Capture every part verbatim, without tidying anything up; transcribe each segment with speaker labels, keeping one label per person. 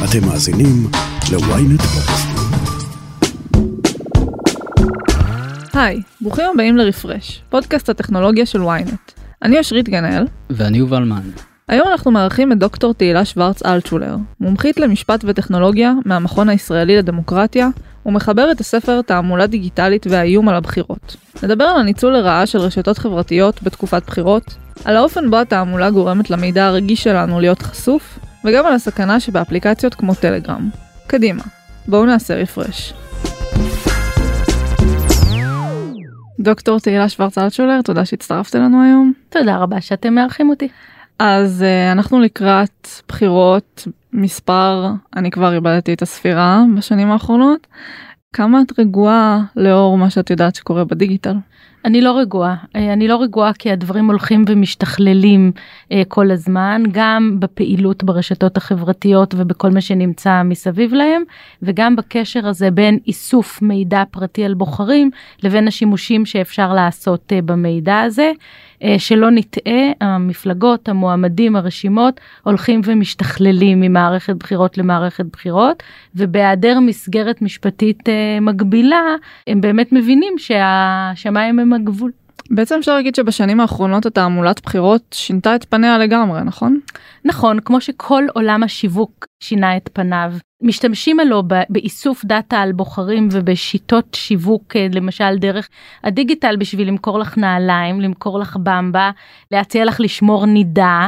Speaker 1: אתם מאזינים ל-ynet פודקאסטים.
Speaker 2: היי, ברוכים הבאים לרפרש, פודקאסט הטכנולוגיה של ynet. אני אשרית גנאל.
Speaker 3: ואני יובל מן.
Speaker 2: היום אנחנו מארחים את דוקטור תהילה שוורץ אלטשולר, מומחית למשפט וטכנולוגיה מהמכון הישראלי לדמוקרטיה, ומחבר את הספר תעמולה דיגיטלית והאיום על הבחירות. נדבר על הניצול לרעה של רשתות חברתיות בתקופת בחירות, על האופן בו התעמולה גורמת למידע הרגיש שלנו להיות חשוף, וגם על הסכנה שבאפליקציות כמו טלגרם. קדימה, בואו נעשה רפרש. דוקטור תהילה שוורץ אלטשולר, תודה שהצטרפת לנו היום.
Speaker 4: תודה רבה שאתם מארחים אותי.
Speaker 2: אז uh, אנחנו לקראת בחירות מספר, אני כבר איבדתי את הספירה בשנים האחרונות. כמה את רגועה לאור מה שאת יודעת שקורה בדיגיטל?
Speaker 4: אני לא רגועה. אני לא רגועה כי הדברים הולכים ומשתכללים uh, כל הזמן, גם בפעילות ברשתות החברתיות ובכל מה שנמצא מסביב להם, וגם בקשר הזה בין איסוף מידע פרטי על בוחרים, לבין השימושים שאפשר לעשות uh, במידע הזה. שלא נטעה, המפלגות, המועמדים, הרשימות, הולכים ומשתכללים ממערכת בחירות למערכת בחירות, ובהיעדר מסגרת משפטית מגבילה, הם באמת מבינים שהשמיים הם הגבול.
Speaker 2: בעצם אפשר להגיד שבשנים האחרונות התעמולת בחירות שינתה את פניה לגמרי, נכון?
Speaker 4: נכון, כמו שכל עולם השיווק שינה את פניו. משתמשים עלו באיסוף דאטה על בוחרים ובשיטות שיווק, למשל דרך הדיגיטל, בשביל למכור לך נעליים, למכור לך במבה, להציע לך לשמור נידה,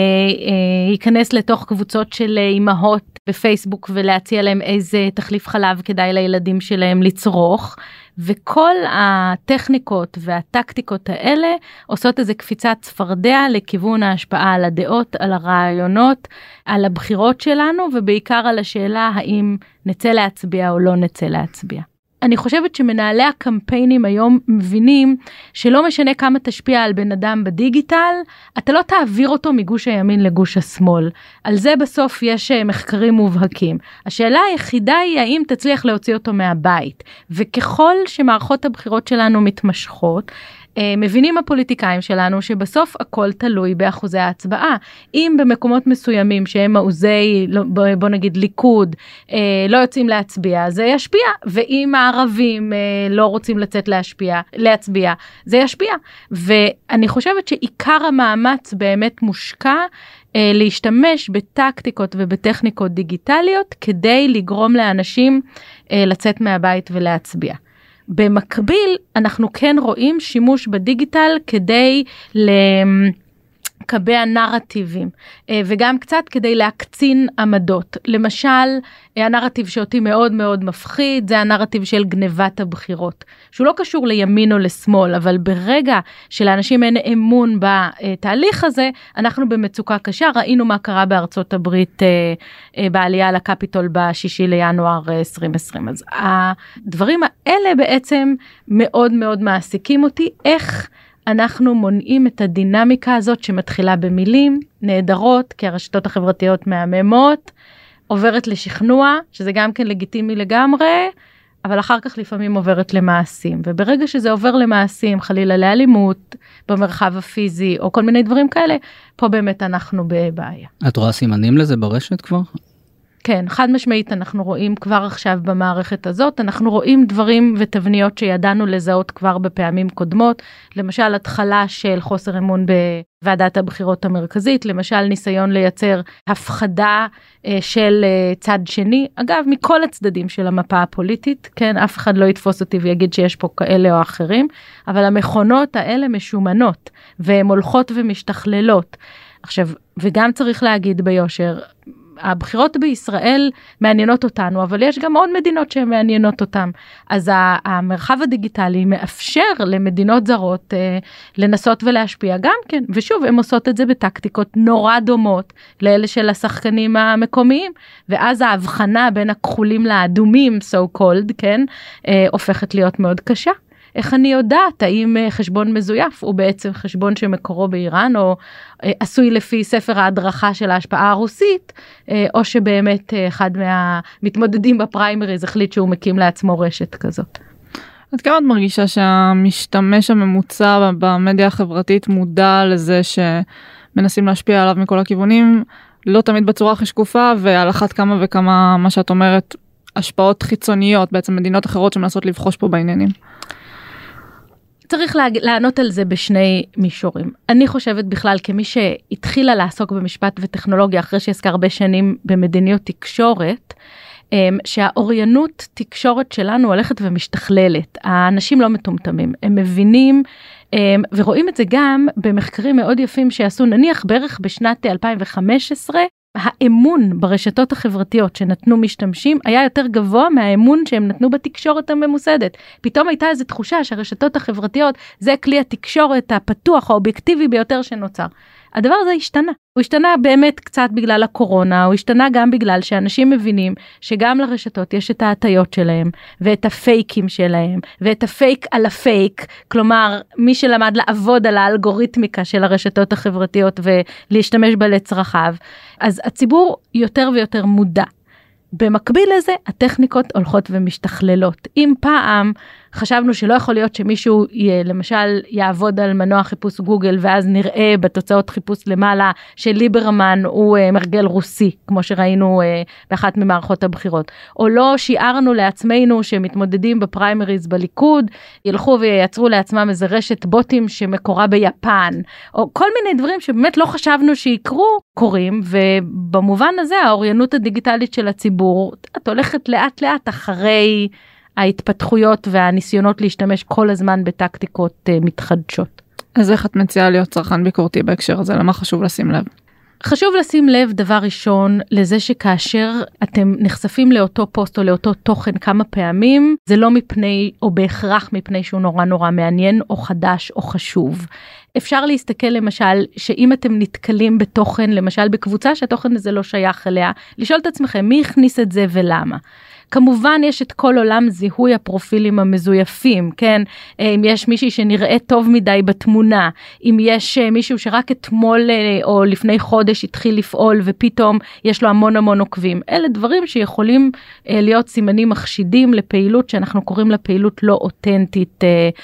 Speaker 4: להיכנס לתוך קבוצות של אימהות בפייסבוק ולהציע להם איזה תחליף חלב כדאי לילדים שלהם לצרוך. וכל הטכניקות והטקטיקות האלה עושות איזה קפיצת צפרדע לכיוון ההשפעה על הדעות, על הרעיונות, על הבחירות שלנו, ובעיקר על השאלה האם נצא להצביע או לא נצא להצביע. אני חושבת שמנהלי הקמפיינים היום מבינים שלא משנה כמה תשפיע על בן אדם בדיגיטל, אתה לא תעביר אותו מגוש הימין לגוש השמאל. על זה בסוף יש מחקרים מובהקים. השאלה היחידה היא האם תצליח להוציא אותו מהבית. וככל שמערכות הבחירות שלנו מתמשכות, מבינים הפוליטיקאים שלנו שבסוף הכל תלוי באחוזי ההצבעה. אם במקומות מסוימים שהם מעוזי, בוא נגיד ליכוד, לא יוצאים להצביע, זה ישפיע. ואם הערבים לא רוצים לצאת להשפיע, להצביע, זה ישפיע. ואני חושבת שעיקר המאמץ באמת מושקע להשתמש בטקטיקות ובטכניקות דיגיטליות כדי לגרום לאנשים לצאת מהבית ולהצביע. במקביל, אנחנו כן רואים שימוש בדיגיטל כדי לקבע נרטיבים, וגם קצת כדי להקצין עמדות. למשל, הנרטיב שאותי מאוד מאוד מפחיד, זה הנרטיב של גנבת הבחירות, שהוא לא קשור לימין או לשמאל, אבל ברגע שלאנשים אין אמון בתהליך הזה, אנחנו במצוקה קשה. ראינו מה קרה בארצות הברית בעלייה לקפיטול בשישי לינואר עשרים עשרים. אז הדברים האלה בעצם מאוד מאוד מעסיקים אותי, איך אנחנו מונעים את הדינמיקה הזאת שמתחילה במילים נהדרות, כי הרשתות החברתיות מהממות, עוברת לשכנוע, שזה גם כן לגיטימי לגמרי, אבל אחר כך לפעמים עוברת למעשים. וברגע שזה עובר למעשים, חלילה לאלימות, במרחב הפיזי, או כל מיני דברים כאלה, פה באמת אנחנו בבעיה.
Speaker 3: את רואה סימנים לזה ברשת כבר?
Speaker 4: כן, חד משמעית אנחנו רואים כבר עכשיו במערכת הזאת, אנחנו רואים דברים ותבניות שידענו לזהות כבר בפעמים קודמות, למשל התחלה של חוסר אמון בוועדת הבחירות המרכזית, למשל ניסיון לייצר הפחדה של צד שני, אגב מכל הצדדים של המפה הפוליטית, כן, אף אחד לא יתפוס אותי ויגיד שיש פה כאלה או אחרים, אבל המכונות האלה משומנות, והן הולכות ומשתכללות. עכשיו, וגם צריך להגיד ביושר, הבחירות בישראל מעניינות אותנו, אבל יש גם עוד מדינות שהן מעניינות אותן. אז המרחב הדיגיטלי מאפשר למדינות זרות אה, לנסות ולהשפיע גם כן. ושוב, הן עושות את זה בטקטיקות נורא דומות לאלה של השחקנים המקומיים, ואז ההבחנה בין הכחולים לאדומים, so called, כן, אה, הופכת להיות מאוד קשה. איך אני יודעת האם חשבון מזויף הוא בעצם חשבון שמקורו באיראן, או עשוי לפי ספר ההדרכה של ההשפעה הרוסית, או שבאמת אחד מהמתמודדים בפריימריז החליט שהוא מקים לעצמו רשת כזאת.
Speaker 2: עד כמה את מרגישה שהמשתמש הממוצע במדיה החברתית מודע לזה שמנסים להשפיע עליו מכל הכיוונים, לא תמיד בצורה הכי שקופה, ועל אחת כמה וכמה, מה שאת אומרת, השפעות חיצוניות, בעצם מדינות אחרות שמנסות לבחוש פה בעניינים.
Speaker 4: צריך להג... לענות על זה בשני מישורים. אני חושבת בכלל כמי שהתחילה לעסוק במשפט וטכנולוגיה אחרי שעסקה הרבה שנים במדיניות תקשורת, שהאוריינות תקשורת שלנו הולכת ומשתכללת. האנשים לא מטומטמים, הם מבינים ורואים את זה גם במחקרים מאוד יפים שעשו נניח בערך בשנת אלפיים וחמש עשרה, האמון ברשתות החברתיות שנתנו משתמשים היה יותר גבוה מהאמון שהם נתנו בתקשורת הממוסדת. פתאום הייתה איזו תחושה שהרשתות החברתיות זה כלי התקשורת הפתוח, האובייקטיבי ביותר שנוצר. הדבר הזה השתנה. הוא השתנה באמת קצת בגלל הקורונה, הוא השתנה גם בגלל שאנשים מבינים שגם לרשתות יש את ההטיות שלהם, ואת הפייקים שלהם, ואת הפייק על הפייק, כלומר, מי שלמד לעבוד על האלגוריתמיקה של הרשתות החברתיות ולהשתמש בה לצרכיו, אז הציבור יותר ויותר מודע. במקביל לזה, הטכניקות הולכות ומשתכללות. אם פעם חשבנו שלא יכול להיות שמישהו יהיה, למשל יעבוד על מנוע חיפוש גוגל, ואז נראה בתוצאות חיפוש למעלה שליברמן הוא uh, מרגל רוסי, כמו שראינו uh, באחת ממערכות הבחירות. או לא שיערנו לעצמנו שמתמודדים בפריימריז בליכוד, ילכו וייצרו לעצמם איזה רשת בוטים שמקורה ביפן, או כל מיני דברים שבאמת לא חשבנו שיקרו, קורים, ובמובן הזה האוריינות הדיגיטלית של הציבור, את הולכת לאט לאט אחרי ההתפתחויות והניסיונות להשתמש כל הזמן בטקטיקות uh, מתחדשות.
Speaker 2: אז איך את מציעה להיות צרכן ביקורתי בהקשר הזה? למה חשוב לשים לב?
Speaker 4: חשוב לשים לב דבר ראשון לזה שכאשר אתם נחשפים לאותו פוסט או לאותו תוכן כמה פעמים, זה לא מפני או בהכרח מפני שהוא נורא נורא מעניין או חדש או חשוב. אפשר להסתכל למשל שאם אתם נתקלים בתוכן, למשל בקבוצה שהתוכן הזה לא שייך אליה, לשאול את עצמכם מי הכניס את זה ולמה. כמובן יש את כל עולם זיהוי הפרופילים המזויפים, כן? אם יש מישהי שנראה טוב מדי בתמונה, אם יש מישהו שרק אתמול או לפני חודש התחיל לפעול ופתאום יש לו המון המון עוקבים. אלה דברים שיכולים להיות סימנים מחשידים לפעילות שאנחנו קוראים לה פעילות לא אותנטית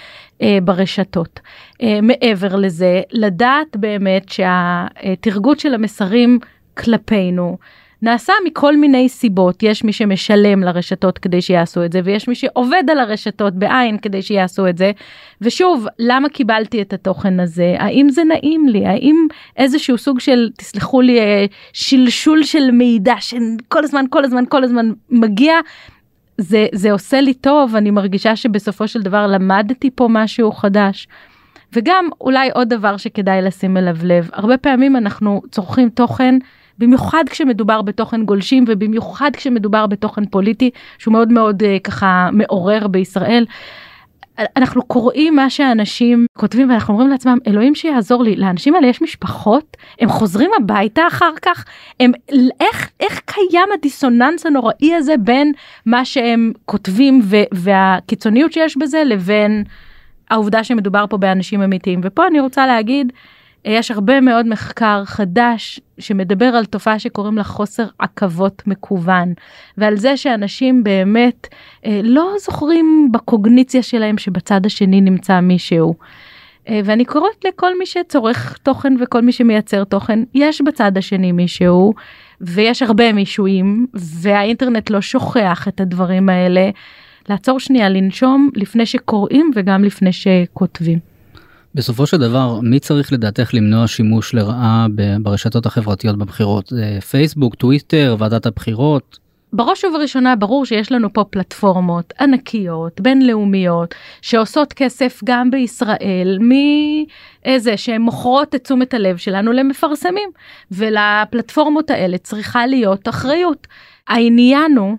Speaker 4: ברשתות. מעבר לזה, לדעת באמת שהתרגות של המסרים כלפינו, נעשה מכל מיני סיבות. יש מי שמשלם לרשתות כדי שיעשו את זה, ויש מי שעובד על הרשתות בעין כדי שיעשו את זה. ושוב, למה קיבלתי את התוכן הזה? האם זה נעים לי? האם איזשהו סוג של, תסלחו לי, שלשול של מידע שכל הזמן, כל הזמן, כל הזמן מגיע? זה, זה עושה לי טוב, אני מרגישה שבסופו של דבר למדתי פה משהו חדש. וגם אולי עוד דבר שכדאי לשים אליו לב, הרבה פעמים אנחנו צורכים תוכן, במיוחד כשמדובר בתוכן גולשים, ובמיוחד כשמדובר בתוכן פוליטי, שהוא מאוד מאוד ככה מעורר בישראל. אנחנו קוראים מה שאנשים כותבים, ואנחנו אומרים לעצמם, אלוהים שיעזור לי, לאנשים האלה יש משפחות, הם חוזרים הביתה אחר כך, הם, איך, איך קיים הדיסוננס הנוראי הזה, בין מה שהם כותבים, ו, והקיצוניות שיש בזה, לבין העובדה שמדובר פה באנשים אמיתיים. ופה אני רוצה להגיד, יש הרבה מאוד מחקר חדש שמדבר על תופעה שקוראים לה חוסר עקבות מקוון, ועל זה שאנשים באמת אה, לא זוכרים בקוגניציה שלהם שבצד השני נמצא מישהו. אה, ואני קוראת לכל מי שצורך תוכן וכל מי שמייצר תוכן, יש בצד השני מישהו, ויש הרבה מישועים, והאינטרנט לא שוכח את הדברים האלה. לעצור שנייה, לנשום לפני שקוראים וגם לפני שכותבים.
Speaker 3: בסופו של דבר, מי צריך לדעתך למנוע שימוש לרעה ברשתות החברתיות בבחירות? פייסבוק, טוויטר, ועדת הבחירות?
Speaker 4: בראש ובראשונה ברור שיש לנו פה פלטפורמות ענקיות, בינלאומיות, שעושות כסף גם בישראל, מאיזה שהן מוכרות את תשומת הלב שלנו למפרסמים, ולפלטפורמות האלה צריכה להיות אחריות. העניין הוא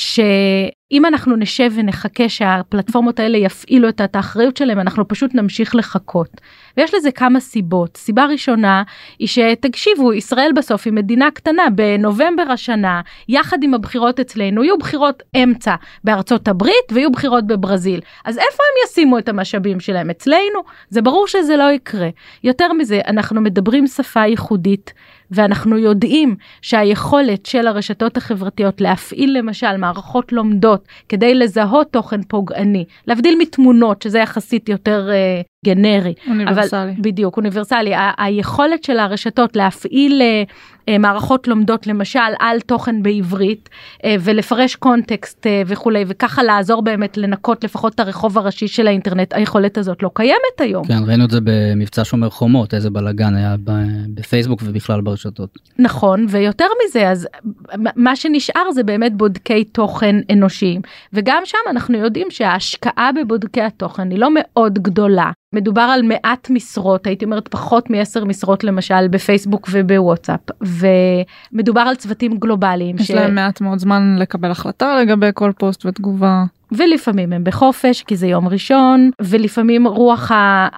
Speaker 4: שאם אנחנו נשב ונחכה שהפלטפורמות האלה יפעילו את האחריות שלהם, אנחנו פשוט נמשיך לחכות. ויש לזה כמה סיבות. סיבה ראשונה היא שתקשיבו, ישראל בסוף היא מדינה קטנה, בנובמבר השנה, יחד עם הבחירות אצלנו, יהיו בחירות אמצע בארצות הברית ויהיו בחירות בברזיל. אז איפה הם ישימו את המשאבים שלהם? אצלנו? זה ברור שזה לא יקרה. יותר מזה, אנחנו מדברים שפה ייחודית, ואנחנו יודעים שהיכולת של הרשתות החברתיות להפעיל למשל מערכות לומדות כדי לזהות תוכן פוגעני, להבדיל מתמונות שזה יחסית יותר גנרי.
Speaker 2: אוניברסלי.
Speaker 4: אבל, בדיוק, אוניברסלי. ה- היכולת של הרשתות להפעיל uh, מערכות לומדות למשל על תוכן בעברית, uh, ולפרש קונטקסט uh, וכולי, וככה לעזור באמת לנקות לפחות את הרחוב הראשי של האינטרנט, היכולת הזאת לא קיימת היום.
Speaker 3: כן, ראינו את זה במבצע שומר חומות, איזה בלגן היה בפייסבוק ובכלל ברשתות.
Speaker 4: נכון, ויותר מזה, אז מה שנשאר זה באמת בודקי תוכן אנושיים, וגם שם אנחנו יודעים שההשקעה בבודקי התוכן היא לא מאוד גדולה. מדובר על מעט משרות, הייתי אומרת פחות מעשר משרות למשל בפייסבוק ובוואטסאפ, ומדובר על צוותים גלובליים.
Speaker 2: יש ש... להם מעט מאוד זמן לקבל החלטה לגבי כל פוסט ותגובה.
Speaker 4: ולפעמים הם בחופש כי זה יום ראשון, ולפעמים רוח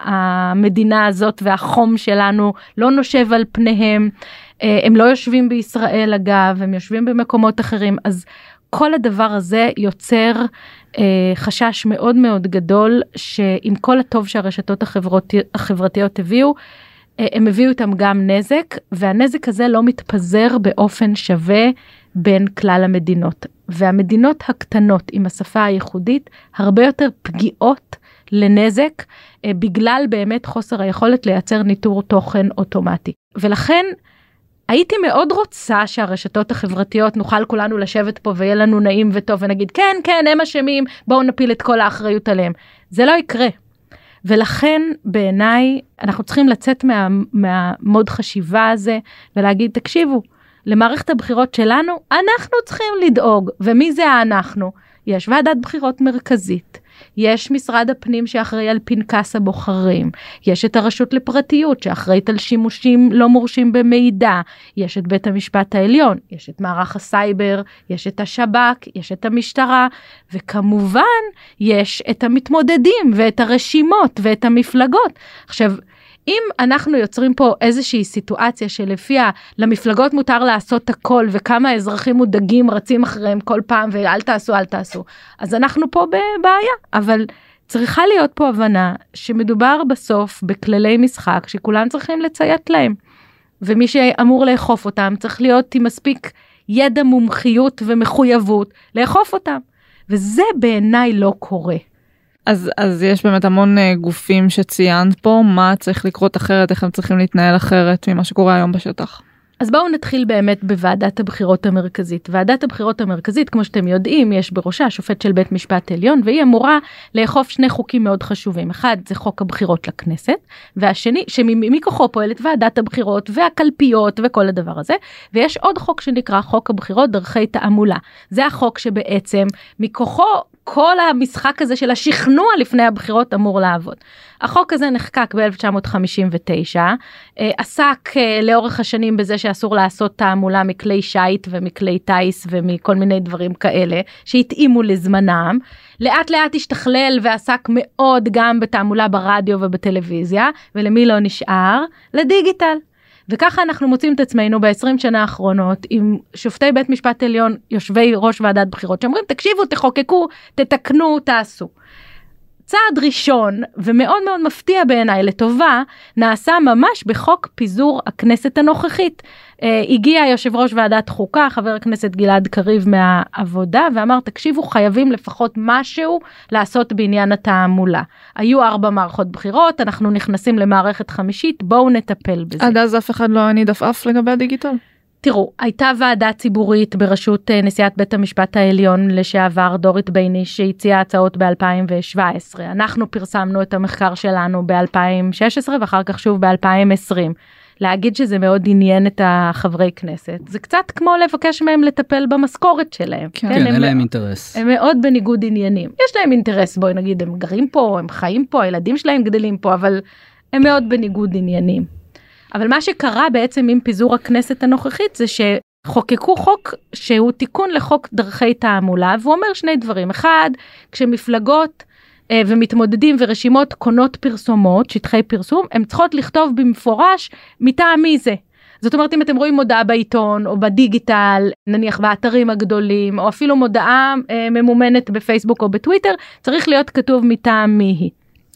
Speaker 4: המדינה הזאת והחום שלנו לא נושב על פניהם, הם לא יושבים בישראל אגב, הם יושבים במקומות אחרים, אז כל הדבר הזה יוצר אה, חשש מאוד מאוד גדול, שעם כל הטוב שהרשתות החברותי, החברתיות הביאו, אה, הם הביאו איתם גם נזק, והנזק הזה לא מתפזר באופן שווה בין כלל המדינות. והמדינות הקטנות עם השפה הייחודית, הרבה יותר פגיעות לנזק, אה, בגלל באמת חוסר היכולת לייצר ניטור תוכן אוטומטי. ולכן, הייתי מאוד רוצה שהרשתות החברתיות נוכל כולנו לשבת פה ויהיה לנו נעים וטוב ונגיד כן כן הם אשמים, בואו נפיל את כל האחריות עליהם. זה לא יקרה. ולכן בעיניי אנחנו צריכים לצאת מה, מהמוד חשיבה הזה ולהגיד תקשיבו, למערכת הבחירות שלנו אנחנו צריכים לדאוג, ומי זה האנחנו? יש ועדת בחירות מרכזית. יש משרד הפנים שאחראי על פנקס הבוחרים, יש את הרשות לפרטיות שאחראית על שימושים לא מורשים במידע, יש את בית המשפט העליון, יש את מערך הסייבר, יש את השב"כ, יש את המשטרה, וכמובן יש את המתמודדים ואת הרשימות ואת המפלגות. עכשיו, אם אנחנו יוצרים פה איזושהי סיטואציה שלפיה למפלגות מותר לעשות הכל, וכמה האזרחים מודאגים רצים אחריהם כל פעם, ואל תעשו, אל תעשו, אז אנחנו פה בבעיה. אבל צריכה להיות פה הבנה שמדובר בסוף בכללי משחק, שכולם צריכים לציית להם. ומי שאמור לאכוף אותם צריך להיות עם מספיק ידע, מומחיות ומחויבות לאכוף אותם. וזה בעיניי לא קורה.
Speaker 2: אז, אז יש באמת המון גופים שציינת פה, מה צריך לקרות אחרת, איך הם צריכים להתנהל אחרת ממה שקורה היום בשטח.
Speaker 4: אז בואו נתחיל באמת בוועדת הבחירות המרכזית. ועדת הבחירות המרכזית, כמו שאתם יודעים, יש בראשה שופט של בית משפט עליון, והיא אמורה לאכוף שני חוקים מאוד חשובים. אחד זה חוק הבחירות לכנסת, והשני, שמכוחו פועלת ועדת הבחירות והקלפיות וכל הדבר הזה, ויש עוד חוק שנקרא חוק הבחירות דרכי תעמולה. זה החוק שבעצם מכוחו כל המשחק הזה של השכנוע לפני הבחירות אמור לעבוד. החוק הזה נחקק ב-אלף תשע מאות חמישים ותשע, עסק לאורך השנים בזה שאסור לעשות תעמולה מכלי שייט ומכלי טייס ומכל מיני דברים כאלה שהתאימו לזמנם. לאט לאט השתכלל ועסק מאוד גם בתעמולה ברדיו ובטלוויזיה, ולמי לא נשאר? לדיגיטל. וככה אנחנו מוצאים את עצמנו ב-עשרים שנה האחרונות עם שופטי בית משפט עליון, יושבי ראש ועדת בחירות, שאומרים תקשיבו, תחוקקו, תתקנו, תעשו. צעד ראשון ומאוד מאוד מפתיע בעיניי לטובה, נעשה ממש בחוק פיזור הכנסת הנוכחית. אה, הגיע יושב ראש ועדת חוקה, חבר הכנסת גלעד קריב מהעבודה, ואמר תקשיבו, חייבים לפחות משהו לעשות בעניין התעמולה. היו ארבע מערכות בחירות, אנחנו נכנסים למערכת חמישית, בואו נטפל בזה.
Speaker 2: עד אז אף אחד לא הניד עפעף לגבי הדיגיטל?
Speaker 4: תראו, הייתה ועדה ציבורית בראשות נשיאת בית המשפט העליון לשעבר דורית בייניש שהציעה הצעות ב-אלפיים שבע עשרה. אנחנו פרסמנו את המחקר שלנו ב-אלפיים שש עשרה ואחר כך שוב ב-אלפיים עשרים. להגיד שזה מאוד עניין את החברי כנסת. זה קצת כמו לבקש מהם לטפל במשכורת שלהם.
Speaker 3: כן, כן אין להם אינטרס.
Speaker 4: הם מאוד בניגוד עניינים. יש להם אינטרס, בואי נגיד, הם גרים פה, הם חיים פה, הילדים שלהם גדלים פה, אבל הם מאוד בניגוד עניינים. אבל מה שקרה בעצם עם פיזור הכנסת הנוכחית זה שחוקקו חוק שהוא תיקון לחוק דרכי תעמולה, והוא אומר שני דברים. אחד, כשמפלגות אה, ומתמודדים ורשימות קונות פרסומות, שטחי פרסום, הן צריכות לכתוב במפורש מטעם מי זה. זאת אומרת, אם אתם רואים מודעה בעיתון או בדיגיטל, נניח באתרים הגדולים, או אפילו מודעה אה, ממומנת בפייסבוק או בטוויטר, צריך להיות כתוב מטעם מי היא.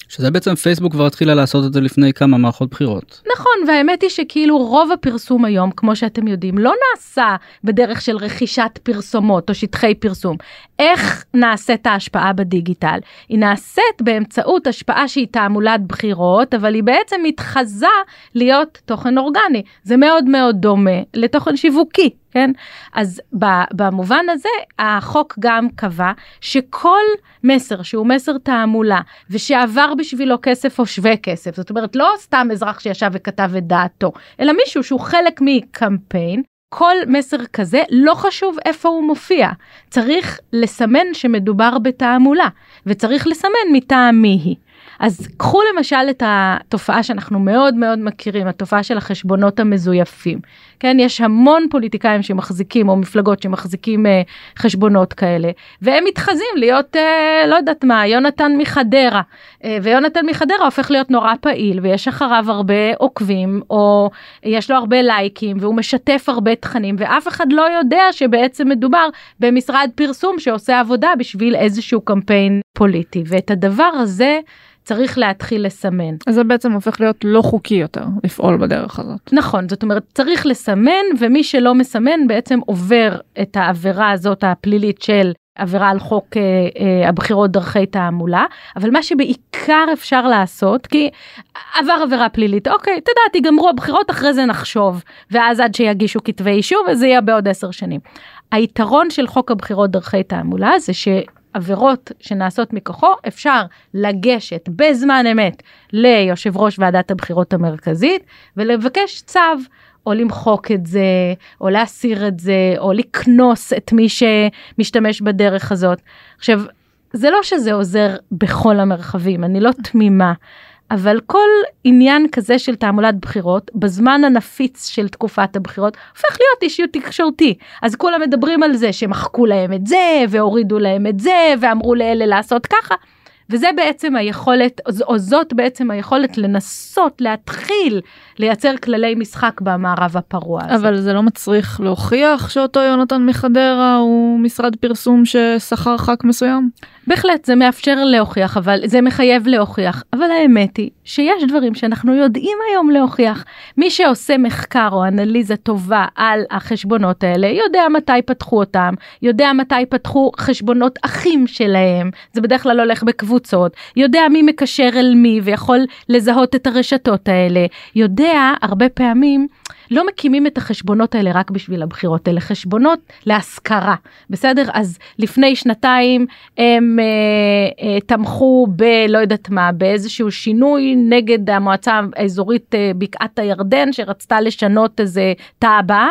Speaker 3: שזה בעצם פייסבוק כבר התחילה לעשות את זה לפני כמה מערכות בחירות.
Speaker 4: נכון, והאמת היא שכאילו רוב הפרסום היום, כמו שאתם יודעים, לא נעשה בדרך של רכישת פרסומות או שטחי פרסום. איך נעשית ההשפעה בדיגיטל? היא נעשית באמצעות השפעה שהיא תעמולת בחירות, אבל היא בעצם מתחזה להיות תוכן אורגני. זה מאוד מאוד דומה לתוכן שיווקי. כן? אז במובן הזה החוק גם קבע שכל מסר שהוא מסר תעמולה ושעבר בשבילו כסף או שווה כסף, זאת אומרת לא סתם אזרח שישב וכתב את דעתו, אלא מישהו שהוא חלק מקמפיין, כל מסר כזה לא חשוב איפה הוא מופיע, צריך לסמן שמדובר בתעמולה וצריך לסמן מטעם מי היא. אז קחו למשל את התופעה שאנחנו מאוד מאוד מכירים, התופעה של החשבונות המזויפים. כן, יש המון פוליטיקאים שמחזיקים, או מפלגות שמחזיקים אה, חשבונות כאלה, והם מתחזים להיות, אה, לא יודעת מה, יונתן מחדרה, אה, ויונתן מחדרה הופך להיות נורא פעיל, ויש אחריו הרבה עוקבים, או יש לו הרבה לייקים, והוא משתף הרבה תכנים, ואף אחד לא יודע שבעצם מדובר במשרד פרסום שעושה עבודה בשביל איזשהו קמפיין פוליטי, ואת הדבר הזה צריך להתחיל לסמן.
Speaker 2: אז זה בעצם הופך להיות לא חוקי יותר, לפעול בדרך הזאת.
Speaker 4: נכון, זאת אומרת, צריך לסמן, ומי שלא מסמן בעצם עובר את העבירה הזאת הפלילית של עבירה על חוק אה, אה, הבחירות דרכי תעמולה, אבל מה שבעיקר אפשר לעשות, כי עבר עבירה פלילית, אוקיי, תדעת, ייגמרו הבחירות, אחרי זה נחשוב, ואז עד שיגישו כתבי אישום, וזה יהיה בעוד עשר שנים. היתרון של חוק הבחירות דרכי תעמולה, זה ש... עבירות שנעשות מכוחו, אפשר לגשת בזמן אמת ליושב ראש ועדת הבחירות המרכזית, ולבקש צו, או למחוק את זה, או להסיר את זה, או לקנוס את מי שמשתמש בדרך הזאת. עכשיו, זה לא שזה עוזר בכל המרחבים, אני לא תמימה, אבל כל עניין כזה של תעמולת בחירות, בזמן הנפיץ של תקופת הבחירות, הופך להיות אישיות תקשורתי. אז כולם מדברים על זה, שמחקו להם את זה, והורידו להם את זה, ואמרו לאלה לעשות ככה. וזה בעצם היכולת, או זאת בעצם היכולת לנסות, להתחיל, לייצר כללי משחק במערב הפרוע הזה.
Speaker 2: אבל זה לא מצריך להוכיח שאותו יונתן מחדרה הוא משרד פרסום ששכר ח"כ מסוים?
Speaker 4: בהחלט, זה מאפשר להוכיח, אבל זה מחייב להוכיח. אבל האמת היא שיש דברים שאנחנו יודעים היום להוכיח. מי שעושה מחקר או אנליזה טובה על החשבונות האלה, יודע מתי פתחו אותם, יודע מתי פתחו חשבונות אחים שלהם, זה בדרך כלל הולך בקבוצות, יודע מי מקשר אל מי ויכול לזהות את הרשתות האלה, יודע הרבה פעמים, לא מקימים את החשבונות האלה רק בשביל הבחירות, אלה חשבונות להשכרה, בסדר? אז לפני שנתיים הם אה, אה, תמכו ב, לא יודעת מה, באיזשהו שינוי נגד המועצה האזורית אה, בקעת הירדן, שרצתה לשנות איזה טאבה,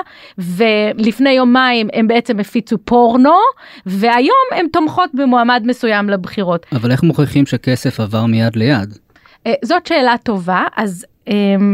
Speaker 4: ולפני יומיים הם בעצם הפיצו פורנו, והיום הם תומכות במועמד מסוים לבחירות.
Speaker 3: אבל איך מוכיחים שכסף עבר מיד ליד?
Speaker 4: אה, זאת שאלה טובה, אז... אה,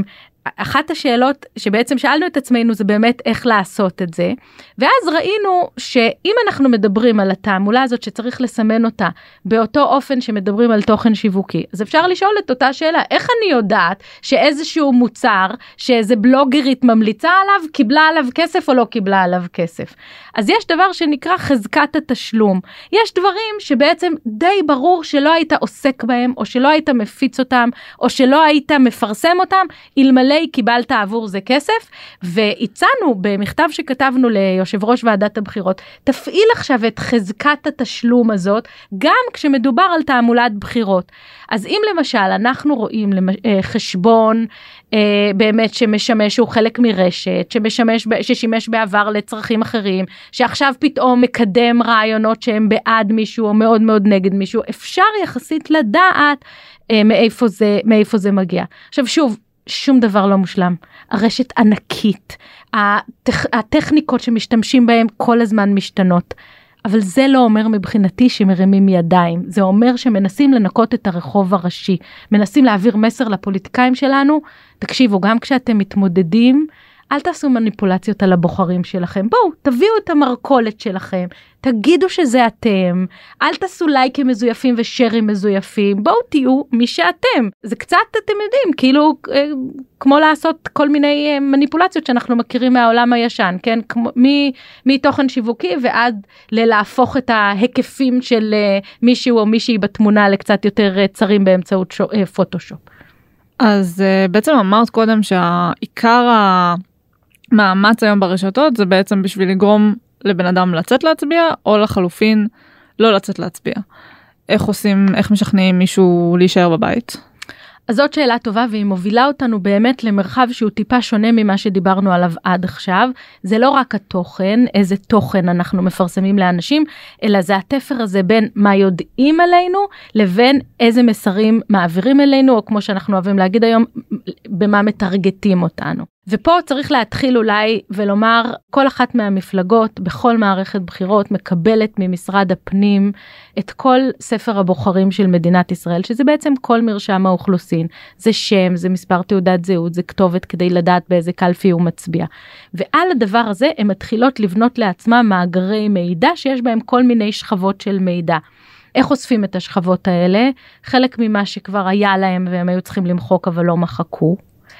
Speaker 4: אחת השאלות שבעצם שאלנו את עצמנו זה באמת איך לעשות את זה, ואז ראינו שאם אנחנו מדברים על התעמולה הזאת שצריך לסמן אותה באותו אופן שמדברים על תוכן שיווקי, אז אפשר לשאול את אותה שאלה, איך אני יודעת שאיזשהו מוצר שאיזה בלוגרית ממליצה עליו, קיבלה עליו כסף או לא קיבלה עליו כסף? אז יש דבר שנקרא חזקת התשלום, יש דברים שבעצם די ברור שלא היית עוסק בהם, או שלא היית מפיץ אותם, או שלא היית מפרסם אותם, אלמלא קיבלת עבור זה כסף, והצענו במכתב שכתבנו ליושב ראש ועדת הבחירות, תפעיל עכשיו את חזקת התשלום הזאת, גם כשמדובר על תעמולת בחירות. אז אם למשל אנחנו רואים חשבון באמת שמשמש, הוא חלק מרשת, שמשמש, ששימש בעבר לצרכים אחרים, שעכשיו פתאום מקדם רעיונות שהם בעד מישהו או מאוד מאוד נגד מישהו, אפשר יחסית לדעת מאיפה זה, מאיפה זה מגיע. עכשיו שוב, שום דבר לא מושלם, הרשת ענקית, הטכ... הטכניקות שמשתמשים בהם כל הזמן משתנות, אבל זה לא אומר מבחינתי שמרימים ידיים, זה אומר שמנסים לנקות את הרחוב הראשי, מנסים להעביר מסר לפוליטיקאים שלנו, תקשיבו, גם כשאתם מתמודדים אל תעשו מניפולציות על הבוחרים שלכם, בואו, תביאו את המרכולת שלכם, תגידו שזה אתם, אל תעשו לייקים מזויפים ושרים מזויפים, בואו תהיו מי שאתם. זה קצת, אתם יודעים, כאילו, כמו לעשות כל מיני מניפולציות שאנחנו מכירים מהעולם הישן, כן? מתוכן שיווקי ועד ללהפוך את ההיקפים של מישהו או מישהי בתמונה לקצת יותר צרים באמצעות פוטושופ.
Speaker 2: אז בעצם אמרת קודם שהעיקר המאמץ היום ברשתות זה בעצם בשביל לגרום לבן אדם לצאת להצביע, או לחלופין לא לצאת להצביע. איך עושים, איך משכנעים מישהו להישאר בבית?
Speaker 4: אז זאת שאלה טובה, והיא מובילה אותנו באמת למרחב שהוא טיפה שונה ממה שדיברנו עליו עד עכשיו. זה לא רק התוכן, איזה תוכן אנחנו מפרסמים לאנשים, אלא זה התפר הזה בין מה יודעים עלינו, לבין איזה מסרים מעבירים אלינו, או כמו שאנחנו אוהבים להגיד היום, במה מטרגטים אותנו. ופה צריך להתחיל אולי ולומר, כל אחת מהמפלגות בכל מערכת בחירות מקבלת ממשרד הפנים את כל ספר הבוחרים של מדינת ישראל, שזה בעצם כל מרשם האוכלוסין. זה שם, זה מספר תעודת זהות, זה כתובת כדי לדעת באיזה קלפי הוא מצביע. ועל הדבר הזה הן מתחילות לבנות לעצמם מאגרי מידע שיש בהם כל מיני שכבות של מידע. איך אוספים את השכבות האלה? חלק ממה שכבר היה להם והם היו צריכים למחוק אבל לא מחקו.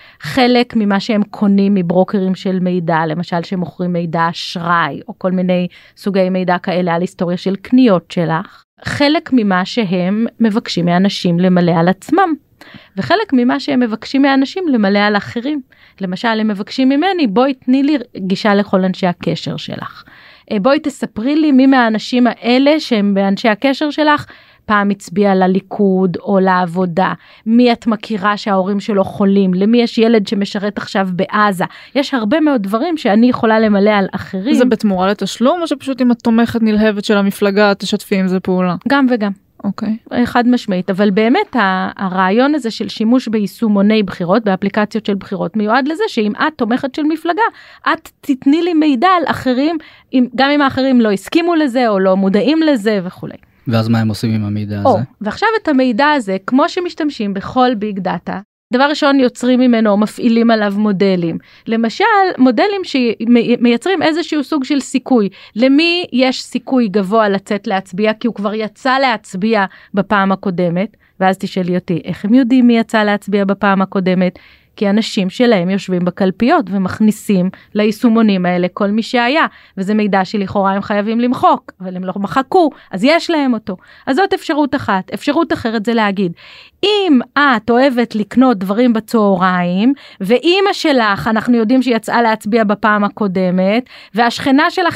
Speaker 4: חלק ממה שהם קונים מברוקרים של מידע, למשל שמוכרים מידע אשראי, או כל מיני סוגי מידע כאלה על היסטוריה של קניות שלך. חלק ממה שהם מבקשים מאנשים למלא על עצמם. וחלק ממה שהם מבקשים מאנשים למלא על אחרים. למשל, הם מבקשים ממני, בואי תני לי גישה לכל אנשי הקשר שלך. בואי תספרי לי מי מהאנשים האלה שהם באנשי הקשר שלך, פעם הצביע לליכוד או לעבודה, מי את מכירה שההורים שלו חולים, למי יש ילד שמשרת עכשיו בעזה, יש הרבה מאוד דברים שאני יכולה למלא על אחרים. זה
Speaker 2: בתמורה לתשלום או שפשוט אם את תומכת נלהבת של המפלגה תשתפי עם זה פעולה?
Speaker 4: גם וגם.
Speaker 2: אוקיי.
Speaker 4: חד משמעית, אבל באמת הרעיון הזה של שימוש ביישומוני בחירות, באפליקציות של בחירות, מיועד לזה שאם את תומכת של מפלגה, את תתני לי מידע על אחרים, גם אם האחרים לא הסכימו לזה או לא מודעים לזה וכולי.
Speaker 3: ואז מה הם עושים עם המידע
Speaker 4: או,
Speaker 3: הזה?
Speaker 4: ועכשיו את המידע הזה, כמו שמשתמשים בכל ביג דאטה, דבר ראשון יוצרים ממנו, מפעילים עליו מודלים. למשל, מודלים שמייצרים איזשהו סוג של סיכוי. למי יש סיכוי גבוה לצאת להצביע, כי הוא כבר יצא להצביע בפעם הקודמת, ואז תשאלי אותי, איך הם יודעים מי יצא להצביע בפעם הקודמת? כי אנשים שלהם יושבים בקלפיות ומכניסים ליישומונים האלה כל מי שהיה, וזה מידע שלכאורה הם חייבים למחוק, אבל הם לא מחקו, אז יש להם אותו. אז זאת אפשרות אחת. אפשרות אחרת זה להגיד, אם את אוהבת לקנות דברים בצהריים, ואימא שלך, אנחנו יודעים שיצאה להצביע בפעם הקודמת, והשכנה שלך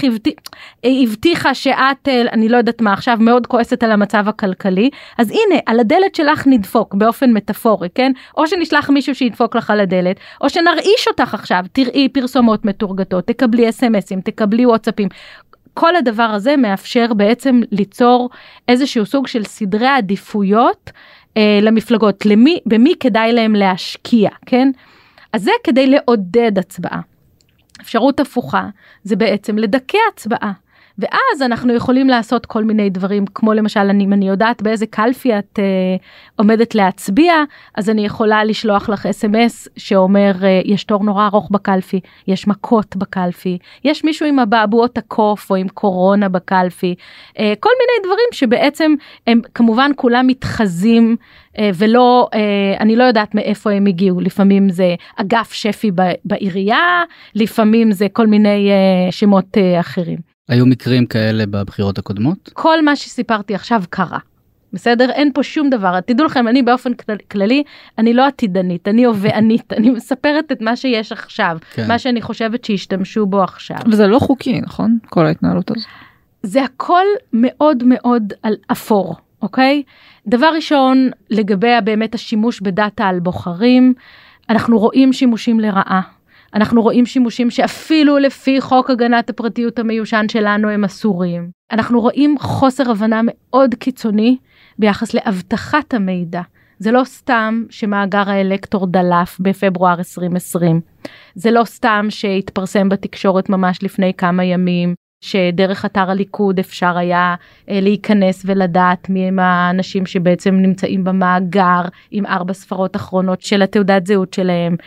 Speaker 4: הבטיחה שאת, אני לא יודעת מה עכשיו, מאוד כועסת על המצב הכלכלי, אז הנה, על הדלת שלך נדפוק באופן מטאפורי, כן? או שנשלח מישהו שידפוק לך על הדלת, או שנרעיש אותך עכשיו, תראי פרסומות מתורגתות, תקבלי אס-אם-אסים, תקבלי וואטסאפים. כל הדבר הזה מאפשר בעצם ליצור איזשהו סוג של סדרי עדיפויות אה, למפלגות, למי, במי כדאי להם להשקיע, כן? אז זה כדי לעודד הצבעה. אפשרות הפוכה זה בעצם לדכא הצבעה. ואז אנחנו יכולים לעשות כל מיני דברים, כמו למשל, אני, אם אני יודעת באיזה קלפי את אה, עומדת להצביע, אז אני יכולה לשלוח לך אס-אם-אס שאומר, אה, יש תור נורא ארוך בקלפי, יש מכות בקלפי, יש מישהו עם הבעבועות הקוף או עם קורונה בקלפי, אה, כל מיני דברים שבעצם הם כמובן כולם מתחזים, אה, ולא, אה, אני לא יודעת מאיפה הם הגיעו, לפעמים זה אגף שפי בעירייה, לפעמים זה כל מיני אה, שמות אה, אחרים.
Speaker 3: היו מקרים כאלה בבחירות הקודמות?
Speaker 4: כל מה שסיפרתי עכשיו קרה. בסדר? אין פה שום דבר. תדעו לכם, אני באופן כללי, אני לא עתידנית, אני הובענית, אני מספרת את מה שיש עכשיו, כן. מה שאני חושבת שישתמשו בו עכשיו.
Speaker 2: וזה לא חוקי, נכון? כל ההתנהלות הזו.
Speaker 4: זה הכל מאוד מאוד על אפור, אוקיי? דבר ראשון, לגבי באמת השימוש בדאטה על בוחרים, אנחנו רואים שימושים לרעה. אנחנו רואים שימושים שאפילו לפי חוק הגנת הפרטיות המיושן שלנו הם אסורים. אנחנו רואים חוסר הבנה מאוד קיצוני ביחס להבטחת המידע. זה לא סתם שמאגר האלקטור דלף בפברואר עשרים עשרים. זה לא סתם שהתפרסם בתקשורת ממש לפני כמה ימים, שדרך אתר הליכוד אפשר היה להיכנס ולדעת מי הם האנשים שבעצם נמצאים במאגר עם ארבע ספרות אחרונות של התעודת זהות שלהם.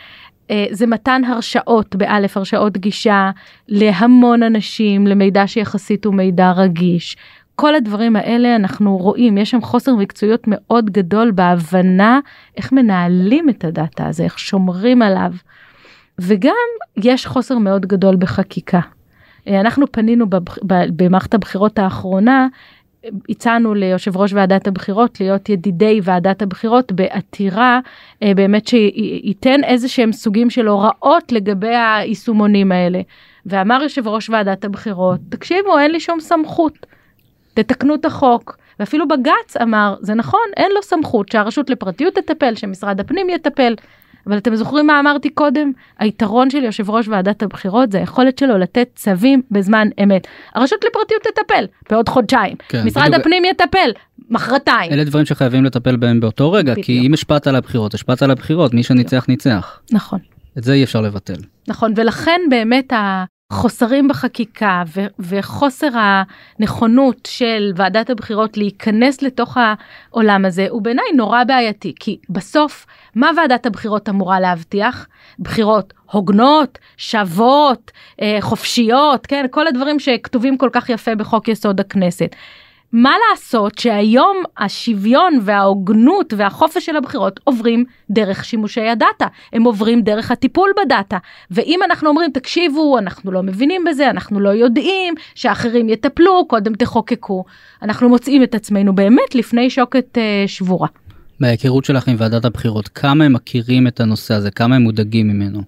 Speaker 4: זה מתן הרשאות, באלף הרשאות גישה להמון אנשים, למידע שיחסית הוא מידע רגיש. כל הדברים האלה אנחנו רואים, יש שם חוסר מקצועיות מאוד גדול בהבנה איך מנהלים את הדאטה הזה, איך שומרים עליו. וגם יש חוסר מאוד גדול בחקיקה. אנחנו פנינו במערכת הבחירות האחרונה, הצענו ליושב ראש ועדת הבחירות להיות ידידי ועדת הבחירות בעתירה, באמת שייתן איזה שהם סוגים של הוראות לגבי היישומונים האלה. ואמר יושב ראש ועדת הבחירות, תקשיבו, אין לי שום סמכות, תתקנו את החוק. ואפילו בג"ץ אמר, זה נכון, אין לו סמכות, שהרשות לפרטיות תטפל, שמשרד הפנים יטפל. אבל אתם זוכרים מה אמרתי קודם? היתרון של יושב ראש ועדת הבחירות זה היכולת שלו לתת צווים בזמן אמת. הרשות לפרטיות תטפל בעוד חודשיים. כן, משרד בדיוק... הפנים יטפל מחרתיים.
Speaker 3: אלה דברים שחייבים לטפל בהם באותו רגע, בדיוק. כי אם השפעת על הבחירות, השפעת על הבחירות, מי שניצח ניצח.
Speaker 4: נכון.
Speaker 3: את זה אי אפשר לבטל.
Speaker 4: נכון, ולכן באמת החוסרים בחקיקה ו- וחוסר הנכונות של ועדת הבחירות להיכנס לתוך העולם הזה, הוא בעיניי נורא בעייתי, כי בסוף מה ועדת הבחירות אמורה להבטיח? בחירות הוגנות, שוות, חופשיות, כן? כל הדברים שכתובים כל כך יפה בחוק יסוד הכנסת. מה לעשות שהיום השוויון וההוגנות והחופש של הבחירות עוברים דרך שימושי הדאטה, הם עוברים דרך הטיפול בדאטה, ואם אנחנו אומרים תקשיבו, אנחנו לא מבינים בזה, אנחנו לא יודעים, שאחרים יטפלו, קודם תחוקקו, אנחנו מוצאים את עצמנו באמת לפני שוקת uh, שבורה.
Speaker 3: בהיכרות שלך עם ועדת הבחירות, כמה הם מכירים את הנושא הזה, כמה הם מודאגים ממנו?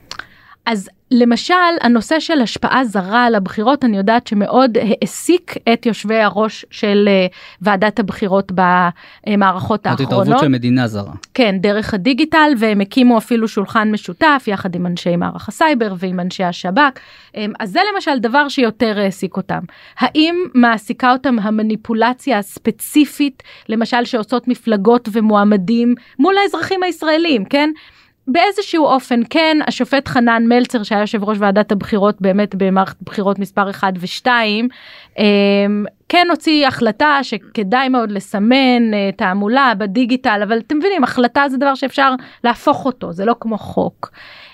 Speaker 4: אז למשל, הנושא של השפעה זרה על הבחירות, אני יודעת שמאוד העסיק את יושבי הראש של ועדת הבחירות במערכות האחרונות.
Speaker 3: התערבות של מדינה זרה.
Speaker 4: כן, דרך הדיגיטל, והם הקימו אפילו שולחן משותף, יחד עם אנשי מערך הסייבר ועם אנשי השב"כ. אז זה למשל דבר שיותר העסיק אותם. האם מעסיקה אותם המניפולציה הספציפית, למשל שעושות מפלגות ומועמדים מול האזרחים הישראלים, כן? באיזשהו אופן, כן, השופט חנן מלצר, שהיה יושב ראש ועדת הבחירות, באמת במערכת בחירות מספר אחת ושתיים, כן הוציא החלטה שכדאי מאוד לסמן תעמולה בדיגיטל, אבל אתם מבינים, החלטה זה דבר שאפשר להפוך אותו, זה לא כמו חוק.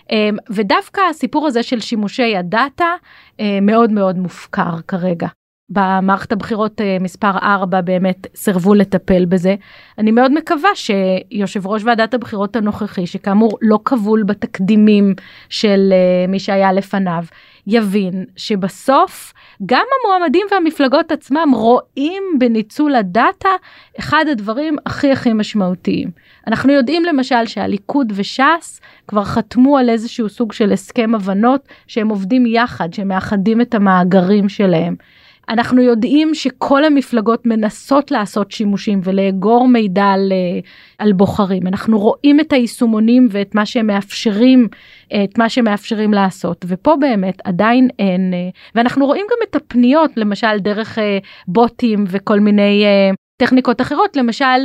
Speaker 4: ודווקא הסיפור הזה של שימושי הדאטה, מאוד מאוד מופקר כרגע. במערכת הבחירות מספר ארבע באמת סרבו לטפל בזה. אני מאוד מקווה שיושב ראש ועדת הבחירות הנוכחי, שכאמור לא כבול בתקדימים של מי שהיה לפניו, יבין שבסוף גם המועמדים והמפלגות עצמם רואים בניצול הדאטה אחד הדברים הכי הכי משמעותיים. אנחנו יודעים למשל שהליכוד וש"ס כבר חתמו על איזשהו סוג של הסכם הבנות שהם עובדים יחד, שמאחדים את המאגרים שלהם. אנחנו יודעים שכל המפלגות מנסות לעשות שימושים ולאגור מידע על, על בוחרים. אנחנו רואים את היישומונים ואת מה שהם מאפשרים, את מה שמאפשרים לעשות. ופה באמת עדיין אין, ואנחנו רואים גם את הפניות, למשל דרך בוטים וכל מיני טכניקות אחרות, למשל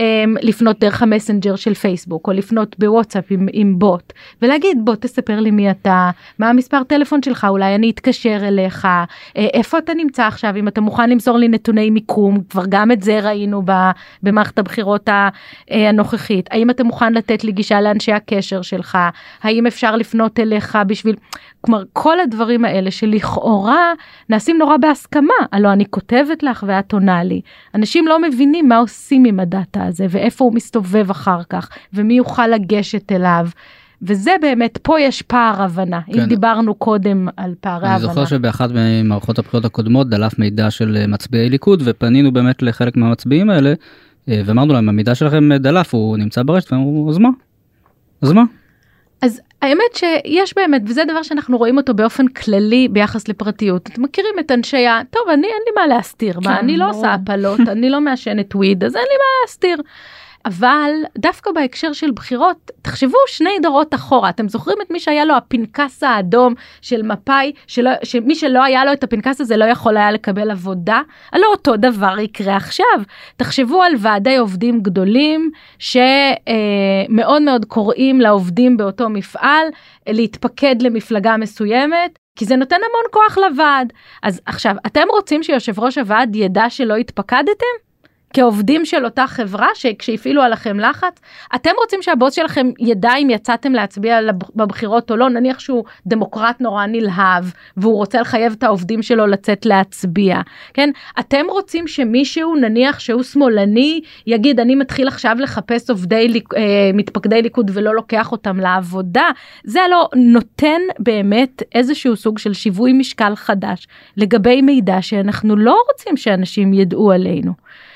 Speaker 4: לפנות דרך המסנג'ר של פייסבוק, או לפנות בוואטסאפ עם, עם בוט, ולהגיד בוא תספר לי מי אתה, מה המספר טלפון שלך, אולי אני אתקשר אליך, איפה אתה נמצא עכשיו, אם אתה מוכן למסור לי נתוני מיקום, כבר גם את זה ראינו במערכת הבחירות הנוכחית, האם אתה מוכן לתת לי גישה לאנשי הקשר שלך, האם אפשר לפנות אליך בשביל, כלומר כל הדברים האלה שלכאורה נעשים נורא בהסכמה, הלוא אני כותבת לך ואת עונה לי, אנשים לא מבינים מה עושים עם הדאטה הזה, ואיפה הוא מסתובב אחר כך, ומי יוכל לגשת אליו, וזה באמת, פה יש פער הבנה, כן. אם דיברנו קודם על פערי
Speaker 3: אני
Speaker 4: הבנה.
Speaker 3: אני זוכר שבאחת ממערכות הבחירות הקודמות, דלף מידע של מצביעי ליכוד, ופנינו באמת לחלק מהמצביעים האלה, ואמרנו להם, המידע שלכם דלף, הוא נמצא ברשת, ואמרו, אז מה? אז מה?
Speaker 4: אז האמת שיש באמת, וזה דבר שאנחנו רואים אותו באופן כללי ביחס לפרטיות. אתם מכירים את אנשי ה... טוב, אני אין לי מה להסתיר, מה, אני לא עושה הפלות, אני לא מעשנת וויד, אז אין לי מה להסתיר. אבל דווקא בהקשר של בחירות, תחשבו שני דורות אחורה, אתם זוכרים את מי שהיה לו הפנקס האדום של מפאי, שלא, שמי שלא היה לו את הפנקס הזה לא יכול היה לקבל עבודה, הלא אותו דבר יקרה עכשיו. תחשבו על ועדי עובדים גדולים, שמאוד מאוד קוראים לעובדים באותו מפעל, להתפקד למפלגה מסוימת, כי זה נותן המון כוח לוועד. אז עכשיו, אתם רוצים שיושב ראש הוועד ידע שלא התפקדתם? כעובדים של אותה חברה, שכשהפעילו עליכם לחץ, אתם רוצים שהבוס שלכם ידע אם יצאתם להצביע בבחירות או לא, נניח שהוא דמוקרט נורא נלהב, והוא רוצה לחייב את העובדים שלו לצאת להצביע, כן? אתם רוצים שמישהו, נניח שהוא שמאלני, יגיד, אני מתחיל עכשיו לחפש עובדי, מתפקדי ליכוד ולא לוקח אותם לעבודה, זה לא נותן באמת איזשהו סוג של שיווי משקל חדש, לגבי מידע שאנחנו לא רוצים שאנשים ידעו עלינו.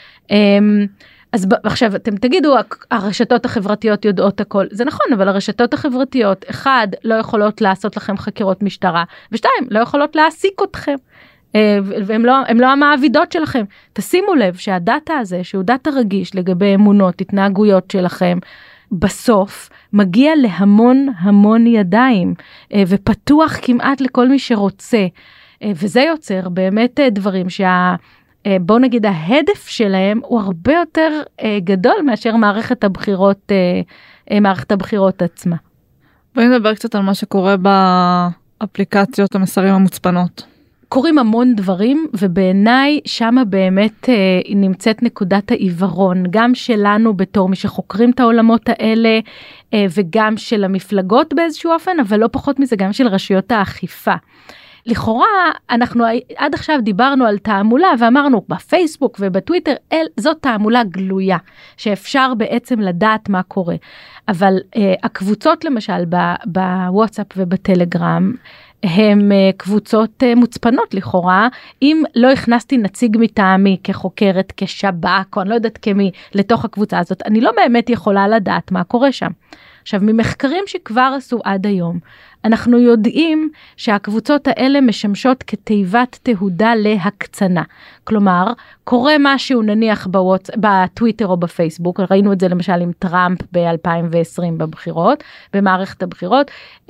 Speaker 4: אז עכשיו אתם תגידו, הרשתות החברתיות יודעות הכל, זה נכון, אבל הרשתות החברתיות, אחד, לא יכולות לעשות לכם חקירות משטרה, ושתיים, לא יכולות להעסיק אתכם, והן לא, הן לא המעבידות שלכם. תשימו לב שהדאטה הזה, שהוא דאטה רגיש לגבי אמונות, התנהגויות שלכם, בסוף מגיע להמון המון ידיים, ופתוח כמעט לכל מי שרוצה, וזה יוצר באמת דברים שה... בואו נגיד ההדף שלהם הוא הרבה יותר גדול מאשר מערכת הבחירות, מערכת הבחירות עצמה.
Speaker 2: בואי נדבר קצת על מה שקורה באפליקציות המסרים המוצפנות.
Speaker 4: קורים המון דברים, ובעיניי שמה באמת נמצאת נקודת העיוורון, גם שלנו בתור מי שחוקרים את העולמות האלה, וגם של המפלגות באיזשהו אופן, אבל לא פחות מזה גם של רשויות האכיפה. לכאורה, אנחנו עד עכשיו דיברנו על תעמולה, ואמרנו בפייסבוק ובטוויטר, אל, זאת תעמולה גלויה, שאפשר בעצם לדעת מה קורה. אבל אה, הקבוצות למשל בוואטסאפ ובטלגרם, הם אה, קבוצות אה, מוצפנות לכאורה, אם לא הכנסתי נציג מטעמי כחוקרת, כשב"כ, או אני לא יודעת כמי, לתוך הקבוצה הזאת, אני לא באמת יכולה לדעת מה קורה שם. עכשיו, ממחקרים שכבר עשו עד היום, אנחנו יודעים שהקבוצות האלה משמשות כתיבת תהודה להקצנה. כלומר, קורה משהו נניח בוואטס, בטוויטר או בפייסבוק, ראינו את זה למשל עם טראמפ ב-אלפיים ועשרים בבחירות, במערכת הבחירות,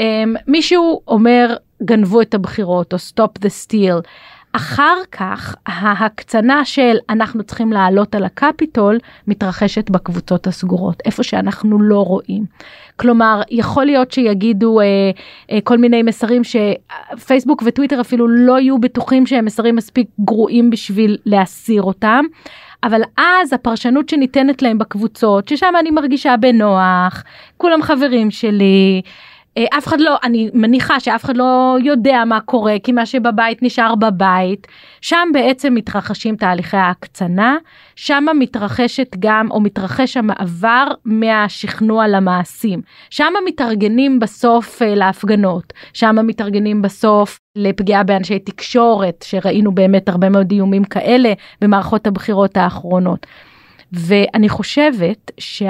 Speaker 4: מישהו אומר, גנבו את הבחירות, או stop the steal, אחר כך, ההקצנה של אנחנו צריכים לעלות על הקפיטול, מתרחשת בקבוצות הסגורות, איפה שאנחנו לא רואים. כלומר, יכול להיות שיגידו אה, אה, כל מיני מסרים שפייסבוק וטוויטר אפילו לא יהיו בטוחים שהם מסרים מספיק גרועים בשביל להסיר אותם, אבל אז הפרשנות שניתנת להם בקבוצות, ששם אני מרגישה בנוח, כולם חברים שלי, אף אחד לא, אני מניחה שאף אחד לא יודע מה קורה, כי מה שבבית נשאר בבית, שם בעצם מתרחשים תהליכי ההקצנה, שם מתרחשת גם, או מתרחש המעבר מהשכנוע למעשים, שם מתארגנים בסוף להפגנות, שם מתארגנים בסוף לפגיעה באנשי תקשורת, שראינו באמת הרבה מאוד איומים כאלה, במערכות הבחירות האחרונות. ואני חושבת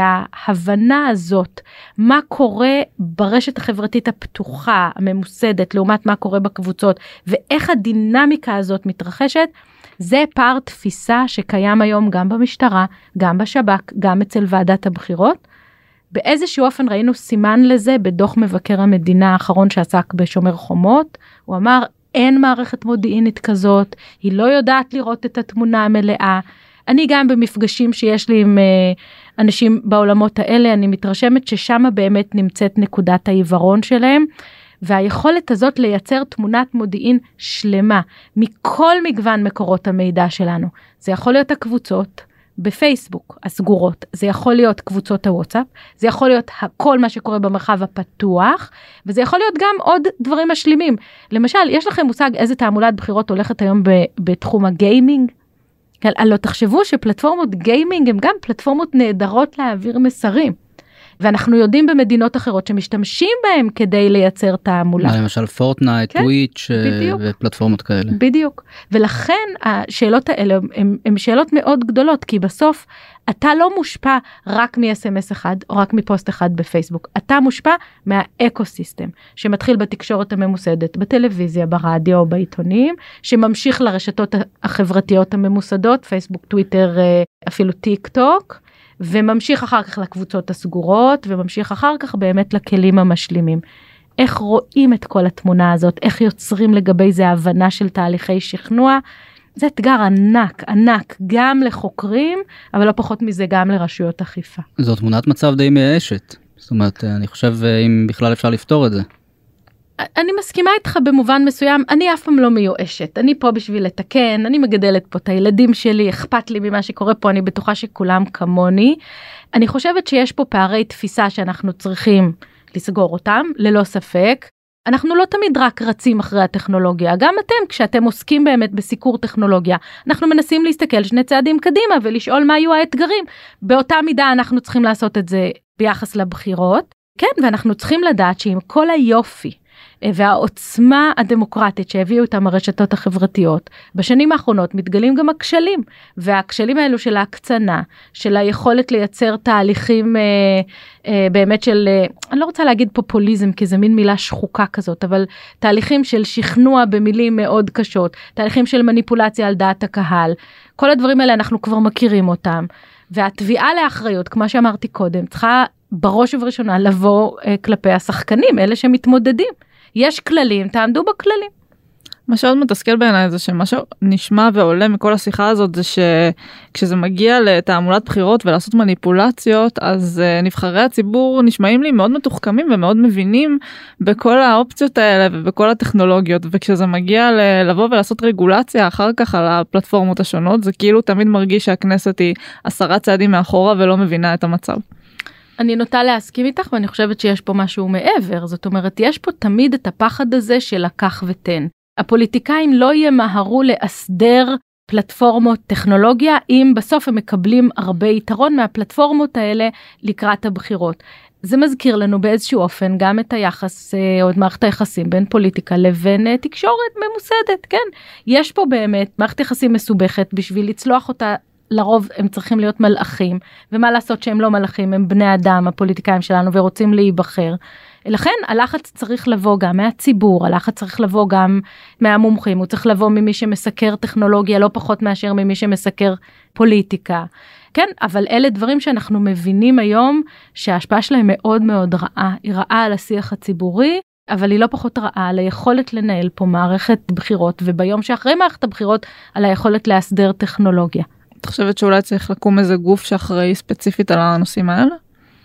Speaker 4: שההבנה הזאת, מה קורה ברשת החברתית הפתוחה, הממוסדת, לעומת מה קורה בקבוצות, ואיך הדינמיקה הזאת מתרחשת, זה פער תפיסה שקיים היום גם במשטרה, גם בשב"כ, גם אצל ועדת הבחירות. באיזשהו אופן ראינו סימן לזה בדוח מבקר המדינה האחרון שעסק בשומר חומות, הוא אמר, אין מערכת מודיעינית כזאת, היא לא יודעת לראות את התמונה המלאה, אני גם במפגשים שיש לי עם אנשים בעולמות האלה, אני מתרשמת ששם באמת נמצאת נקודת העיוורון שלהם, והיכולת הזאת לייצר תמונת מודיעין שלמה, מכל מגוון מקורות המידע שלנו. זה יכול להיות הקבוצות בפייסבוק, הסגורות, זה יכול להיות קבוצות הוואטסאפ, זה יכול להיות כל מה שקורה במרחב הפתוח, וזה יכול להיות גם עוד דברים משלימים. למשל, יש לכם מושג איזה תעמולת בחירות הולכת היום בתחום הגיימינג? לא תחשבו שפלטפורמות גיימינג הם גם פלטפורמות נהדרות להעביר מסרים. ואנחנו יודעים במדינות אחרות שמשתמשים בהם כדי לייצר תעמולה.
Speaker 3: למשל פורטנייט, כן, טוויץ' בדיוק. ופלטפורמות כאלה.
Speaker 4: בדיוק. ולכן השאלות האלה הן שאלות מאוד גדולות, כי בסוף אתה לא מושפע רק מ-אס אם אס אחד או רק מפוסט אחד בפייסבוק. אתה מושפע מהאקוסיסטם שמתחיל בתקשורת הממוסדת, בטלוויזיה, ברדיו, בעיתונים, שממשיך לרשתות החברתיות הממוסדות, פייסבוק, טוויטר, אפילו טיק טוק, וממשיך אחר כך לקבוצות הסגורות, וממשיך אחר כך באמת לכלים המשלימים. איך רואים את כל התמונה הזאת, איך יוצרים לגבי זה הבנה של תהליכי שכנוע, זה אתגר ענק, ענק, גם לחוקרים, אבל לא פחות מזה גם לרשויות אכיפה.
Speaker 3: זו תמונת מצב די מייאשת, זאת אומרת, אני חושב אם בכלל אפשר לפתור את זה.
Speaker 4: אני מסכימה איתך במובן מסוים, אני אף פעם לא מיואשת, אני פה בשביל לתקן, אני מגדלת פה את הילדים שלי, אכפת לי ממה שקורה פה, אני בטוחה שכולם כמוני. אני חושבת שיש פה פערי תפיסה שאנחנו צריכים לסגור אותם, ללא ספק. אנחנו לא תמיד רק רצים אחרי הטכנולוגיה, גם אתם, כשאתם עוסקים באמת בסיקור טכנולוגיה, אנחנו מנסים להסתכל שני צעדים קדימה ולשאול מה יהיו האתגרים. באותה מידה אנחנו צריכים לעשות את זה ביחס לבחירות. כן, ואנחנו צריכים לדעת שעם כל היופי והעוצמה הדמוקרטית שהביאו אותם הרשתות החברתיות, בשנים האחרונות מתגלים גם הכשלים, והכשלים האלו של ההקצנה, של היכולת לייצר תהליכים אה, אה, באמת של, אה, אני לא רוצה להגיד פופוליזם, כי זה מין מילה שחוקה כזאת, אבל תהליכים של שכנוע במילים מאוד קשות, תהליכים של מניפולציה על דעת הקהל, כל הדברים האלה אנחנו כבר מכירים אותם, והתביעה לאחריות, כמו שאמרתי קודם, צריכה בראש ובראשונה לבוא אה, כלפי השחקנים, אלה שמתמודדים. יש כללים, תעמדו בכללים.
Speaker 2: מה שעוד מתסכל בעיניי זה שמה שנשמע ועולה מכל השיחה הזאת זה שכשזה מגיע לתעמולת בחירות ולעשות מניפולציות, אז uh, נבחרי הציבור נשמעים לי מאוד מתוחכמים ומאוד מבינים בכל האופציות האלה ובכל הטכנולוגיות, וכשזה מגיע ל- לבוא ולעשות רגולציה אחר כך על הפלטפורמות השונות, זה כאילו תמיד מרגיש שהכנסת היא עשרה צעדים מאחורה ולא מבינה את המצב.
Speaker 4: אני נוטה להסכים איתך, ואני חושבת שיש פה משהו מעבר. זאת אומרת, יש פה תמיד את הפחד הזה של לקח ותן. הפוליטיקאים לא ימהרו לאסדר פלטפורמות טכנולוגיה, אם בסוף הם מקבלים הרבה יתרון מהפלטפורמות האלה לקראת הבחירות. זה מזכיר לנו באיזשהו אופן גם את היחס, או את מערכת היחסים בין פוליטיקה לבין תקשורת ממוסדת, כן? יש פה באמת מערכת יחסים מסובכת, בשביל לצלוח אותה, לרוב הם צריכים להיות מלאכים, ומה לעשות שהם לא מלאכים, הם בני אדם, הפוליטיקאים שלנו, ורוצים להיבחר. לכן הלחץ צריך לבוא גם מהציבור, הלחץ צריך לבוא גם מהמומחים, הוא צריך לבוא ממי שמסקר טכנולוגיה, לא פחות מאשר ממי שמסקר פוליטיקה. כן, אבל אלה דברים שאנחנו מבינים היום, שההשפעה שלהם מאוד מאוד רעה, היא רעה על השיח הציבורי, אבל היא לא פחות רעה על היכולת לנהל פה מערכת בחירות, וביום שאחרי מערכת הבחירות, על היכולת להסדר טכנולוגיה.
Speaker 2: את חושבת שאולי צריך לקום איזה גוף שאחראי ספציפית על הנושאים האלה?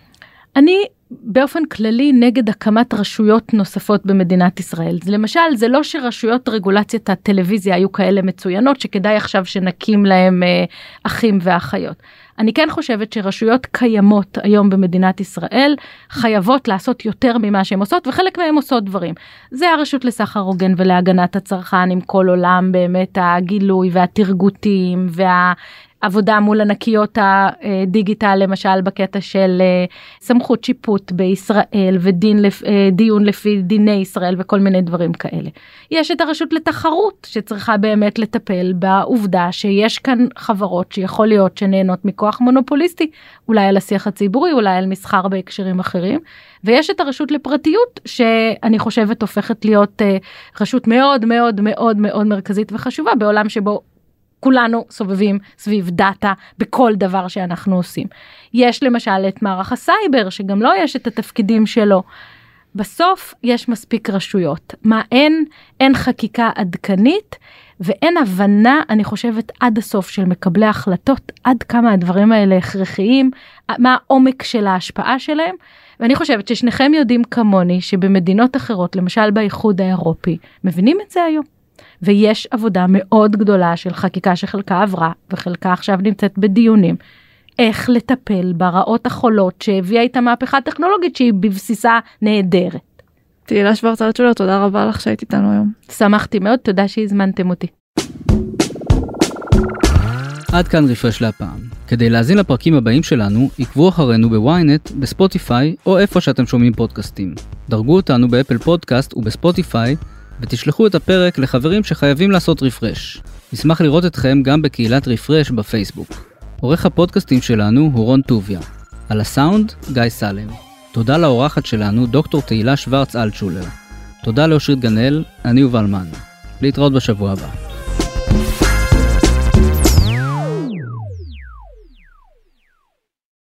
Speaker 4: אני באופן כללי נגד הקמת רשויות נוספות במדינת ישראל. למשל, זה לא שרשויות רגולציית הטלוויזיה היו כאלה מצוינות, שכדאי עכשיו שנקים להם אה, אחים ואחיות. אני כן חושבת שרשויות קיימות היום במדינת ישראל, חייבות לעשות יותר ממה שהן עושות, וחלק מהן עושות דברים. זה הרשות לסחר הוגן ולהגנת הצרכן, עם כל עולם באמת הגילוי והתרגותים וה... עבודה מול ענקיות הדיגיטל, למשל בקטע של סמכות שיפוט בישראל ודיון לפי דיני ישראל וכל מיני דברים כאלה. יש את הרשות לתחרות שצריכה באמת לטפל בעובדה שיש כאן חברות שיכול להיות שנהנות מכוח מונופוליסטי, אולי על השיח הציבורי, אולי על מסחר בהקשרים אחרים, ויש את הרשות לפרטיות שאני חושבת הופכת להיות רשות מאוד מאוד מאוד מאוד מרכזית וחשובה בעולם שבו כולנו סובבים סביב דאטה בכל דבר שאנחנו עושים. יש למשל את מערך הסייבר, שגם לא יש את התפקידים שלו. בסוף יש מספיק רשויות. מה אין? אין חקיקה עדכנית, ואין הבנה, אני חושבת, עד הסוף של מקבלי החלטות, עד כמה הדברים האלה הכרחיים, מה העומק של ההשפעה שלהם. ואני חושבת ששניכם יודעים כמוני, שבמדינות אחרות, למשל באיחוד האירופי, מבינים את זה היום. ויש עבודה מאוד גדולה של חקיקה שחלקה עברה, וחלקה עכשיו נמצאת בדיונים, איך לטפל ברעות החולות שהביאה איתה מהפכה טכנולוגית שהיא בבסיסה נהדרת.
Speaker 2: תהילה שוורץ אלטשולר, תודה רבה לך שהיית איתנו היום.
Speaker 4: שמחתי מאוד, תודה שהזמנתם אותי.
Speaker 3: עד כאן רפרש להפעם. כדי להזין לפרקים הבאים שלנו, עקבו אחרינו בוויינט, בספוטיפיי, או איפה שאתם שומעים פודקאסטים. דרגו אותנו באפל פודקאסט ובספוטיפיי, ותשלחו את הפרק לחברים שחייבים לעשות רפרש. נשמח לראות אתכם גם בקהילת רפרש בפייסבוק. עורך הפודקאסטים שלנו הוא רון טוביה. על הסאונד, גיא סלם. תודה לאורחת שלנו, דוקטור תהילה שוורץ אלטשולר. תודה לאושרית גנאל, אני יובל מן. להתראות בשבוע הבא.